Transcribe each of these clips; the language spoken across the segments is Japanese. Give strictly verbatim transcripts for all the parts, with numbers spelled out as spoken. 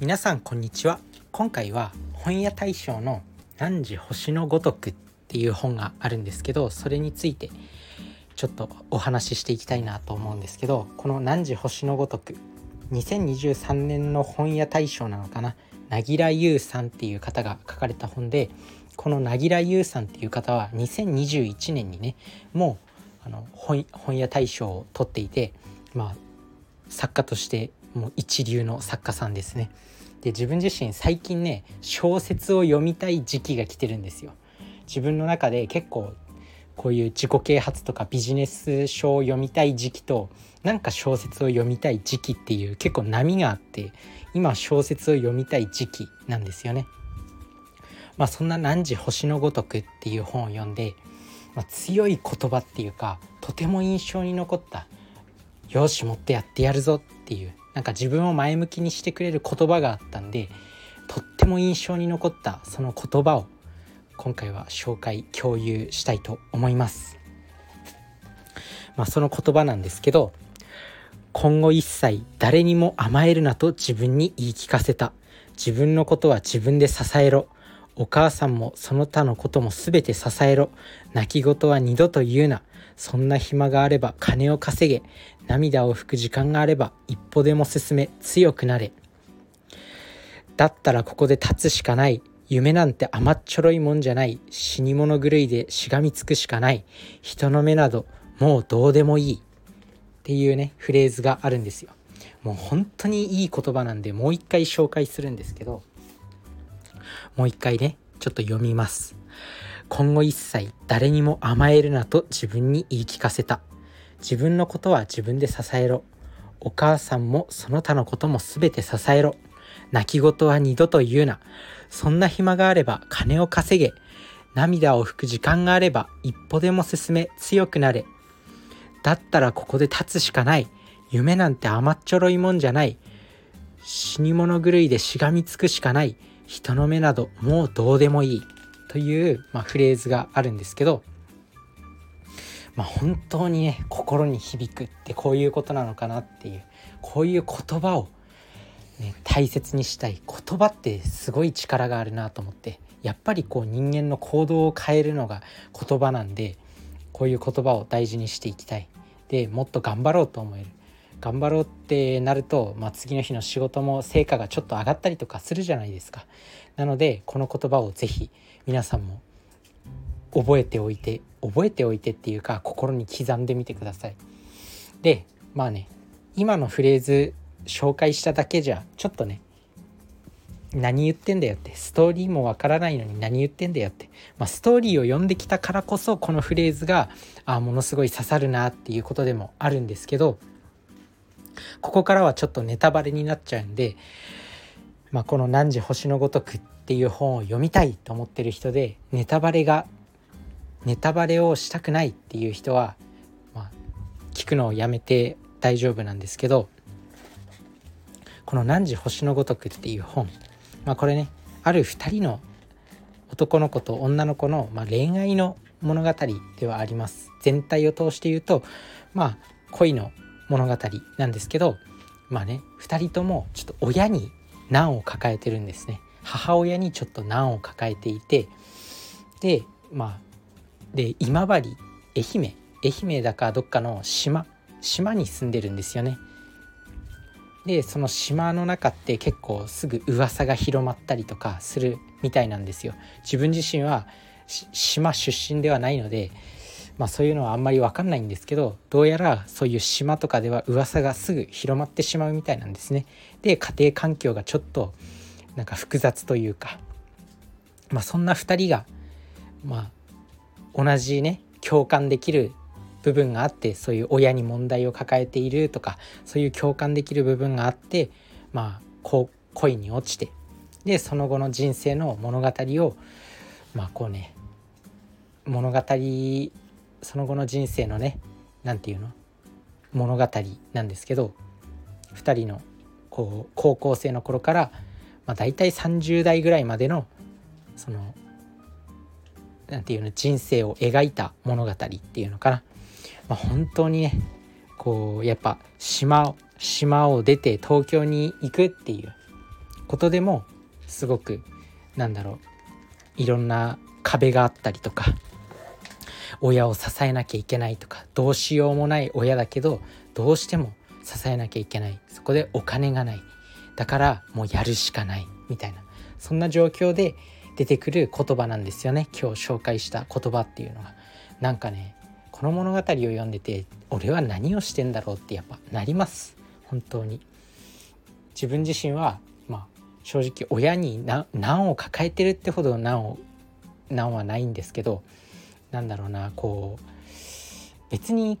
皆さんこんにちは。今回は本屋大賞の汝、星のごとくっていう本があるんですけど、それについてちょっとお話ししていきたいなと思うんですけど、この汝、星のごとくにせんにじゅうさんねんの本屋大賞なのかな、凪良優さんっていう方が書かれた本で、この凪良優さんっていう方はにせんにじゅういちねんにねもうあの 本, 本屋大賞を取っていて、まあ作家としてもう一流の作家さんですね。で自分自身最近ね小説を読みたい時期が来てるんですよ。自分の中で結構こういう自己啓発とかビジネス書を読みたい時期と、なんか小説を読みたい時期っていう結構波があって、今小説を読みたい時期なんですよね。まあそんな汝、星のごとくっていう本を読んで、まあ、強い言葉っていうかとても印象に残った、よしもっとやってやるぞっていう、なんか自分を前向きにしてくれる言葉があったんで、とっても印象に残ったその言葉を今回は紹介共有したいと思います。まあその言葉なんですけど、今後一切誰にも甘えるなと自分に言い聞かせた。自分のことは自分で支えろ。お母さんもその他のこともすべて支えろ。泣き言は二度と言うな。そんな暇があれば金を稼げ。涙を拭く時間があれば一歩でも進め、強くなれ。だったらここで立つしかない。夢なんて甘っちょろいもんじゃない。死に物狂いでしがみつくしかない。人の目などもうどうでもいいっていうねフレーズがあるんですよ。もう本当にいい言葉なんで、もう一回紹介するんですけど、もう一回ねちょっと読みます。今後一切誰にも甘えるなと自分に言い聞かせた。自分のことは自分で支えろ。お母さんもその他のこともすべて支えろ。泣き言は二度と言うな。そんな暇があれば金を稼げ。涙を拭く時間があれば一歩でも進め、強くなれ。だったらここで立つしかない。夢なんて甘っちょろいもんじゃない。死に物狂いでしがみつくしかない。人の目などもうどうでもいいという、まあ、フレーズがあるんですけど、まあ、本当にね心に響くってこういうことなのかなっていう、こういう言葉を、ね、大切にしたい。言葉ってすごい力があるなと思って、やっぱりこう人間の行動を変えるのが言葉なんで、こういう言葉を大事にしていきたい。でもっと頑張ろうと思える。頑張ろうってなると、まあ、次の日の仕事も成果がちょっと上がったりとかするじゃないですか。なのでこの言葉をぜひ皆さんも覚えておいて覚えておいてっていうか心に刻んでみてください。でまあね今のフレーズ紹介しただけじゃちょっとね、何言ってんだよって、ストーリーもわからないのに何言ってんだよって、まあ、ストーリーを読んできたからこそこのフレーズがあものすごい刺さるなっていうことでもあるんですけど、ここからはちょっとネタバレになっちゃうんで、まあ、この汝、星のごとくっていう本を読みたいと思ってる人で、ネタバレがネタバレをしたくないっていう人は、まあ、聞くのをやめて大丈夫なんですけど、この汝、星のごとくっていう本、まあ、これねあるふたりの男の子と女の子の、まあ、恋愛の物語ではあります。全体を通して言うとまあ恋の物語なんですけど、まあねふたりともちょっと親に難を抱えてるんですね。母親にちょっと難を抱えていて、でまあで今治愛媛愛媛だかどっかの島島に住んでるんですよね。でその島の中って結構すぐ噂が広まったりとかするみたいなんですよ。自分自身は島出身ではないので、まあ、そういうのはあんまり分かんないんですけど、どうやらそういう島とかでは噂がすぐ広まってしまうみたいなんですね。で家庭環境がちょっとなんか複雑というか、まあ、そんなふたりがまあ同じね共感できる部分があって、そういう親に問題を抱えているとかそういう共感できる部分があって、まあこう恋に落ちて、でその後の人生の物語をまあこうね物語その後の人生のねなんていうの物語なんですけど、ふたりのこう高校生の頃から、まあ、だいたいさんじゅう代ぐらいまでのそのなんていうの人生を描いた物語っていうのかな。まあ、本当にねこうやっぱ島島を出て東京に行くっていうことでもすごくなんだろういろんな壁があったりとか、親を支えなきゃいけないとか、どうしようもない親だけどどうしても支えなきゃいけない、そこでお金がない、だからもうやるしかないみたいな、そんな状況で出てくる言葉なんですよね、今日紹介した言葉っていうのが。なんかね、この物語を読んでて俺は何をしてんだろうってやっぱなります。本当に自分自身はまあ正直親に難を抱えてるってほど難を難はないんですけど、なんだろうな、こう別に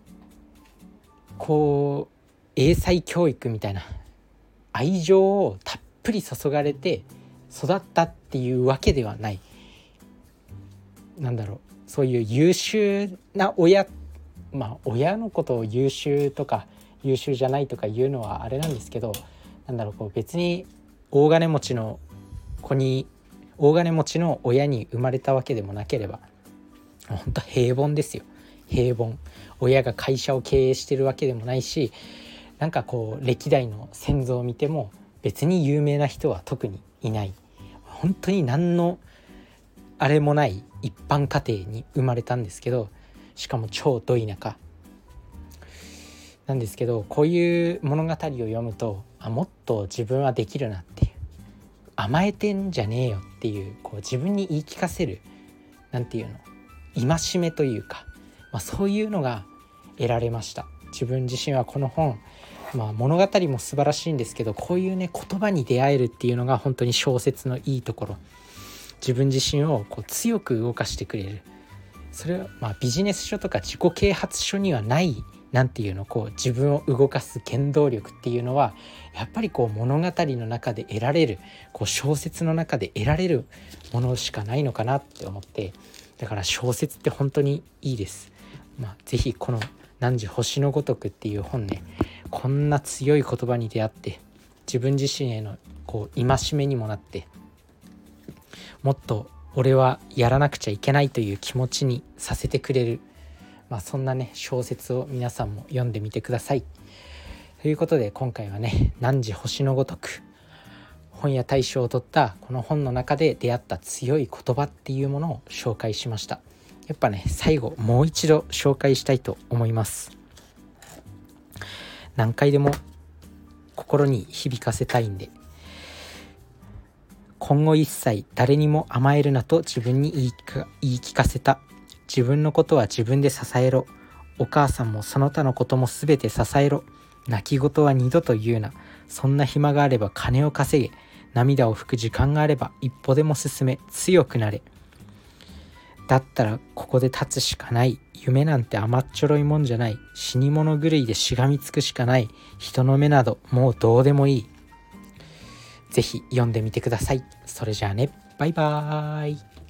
こう英才教育みたいな愛情をたっぷり注がれて育ったっていうわけではない。なんだろう、そういう優秀な親、まあ親のことを優秀とか優秀じゃないとか言うのはあれなんですけど、なんだろう、こう別に大金持ちの子に大金持ちの親に生まれたわけでもなければ、本当平凡ですよ、平凡。親が会社を経営してるわけでもないし、なんかこう歴代の先祖を見ても別に有名な人は特にいない、本当に何のあれもない一般家庭に生まれたんですけど、しかも超ど田舎なんですけど、こういう物語を読むと、あ、もっと自分はできるなっていう、甘えてんじゃねえよっていう、こう自分に言い聞かせる、なんていうの、戒めというか、まあ、そういうのが得られました。自分自身はこの本、まあ、物語も素晴らしいんですけど、こういうね言葉に出会えるっていうのが本当に小説のいいところ。自分自身をこう強く動かしてくれる。それはまあビジネス書とか自己啓発書にはないなんていうの、こう自分を動かす原動力っていうのはやっぱりこう物語の中で得られる、こう小説の中で得られるものしかないのかなって思って、だから小説って本当にいいです。まあ、ぜひこの汝星のごとくっていう本ね、こんな強い言葉に出会って自分自身へのこう戒めにもなって、もっと俺はやらなくちゃいけないという気持ちにさせてくれる、まあ、そんなね小説を皆さんも読んでみてください。ということで今回はね、汝星のごとく本屋大賞を取ったこの本の中で出会った強い言葉っていうものを紹介しました。やっぱね、最後もう一度紹介したいと思います。何回でも心に響かせたいんで、今後一切誰にも甘えるなと自分に言いか言い聞かせた。自分のことは自分で支えろ。お母さんもその他のこともすべて支えろ。泣き言は二度と言うな。そんな暇があれば金を稼げ。涙を拭く時間があれば一歩でも進め、強くなれ。だったらここで立つしかない。夢なんて甘っちょろいもんじゃない。死に物狂いでしがみつくしかない。人の目などもうどうでもいい。ぜひ読んでみてください。それじゃあね、バイバーイ。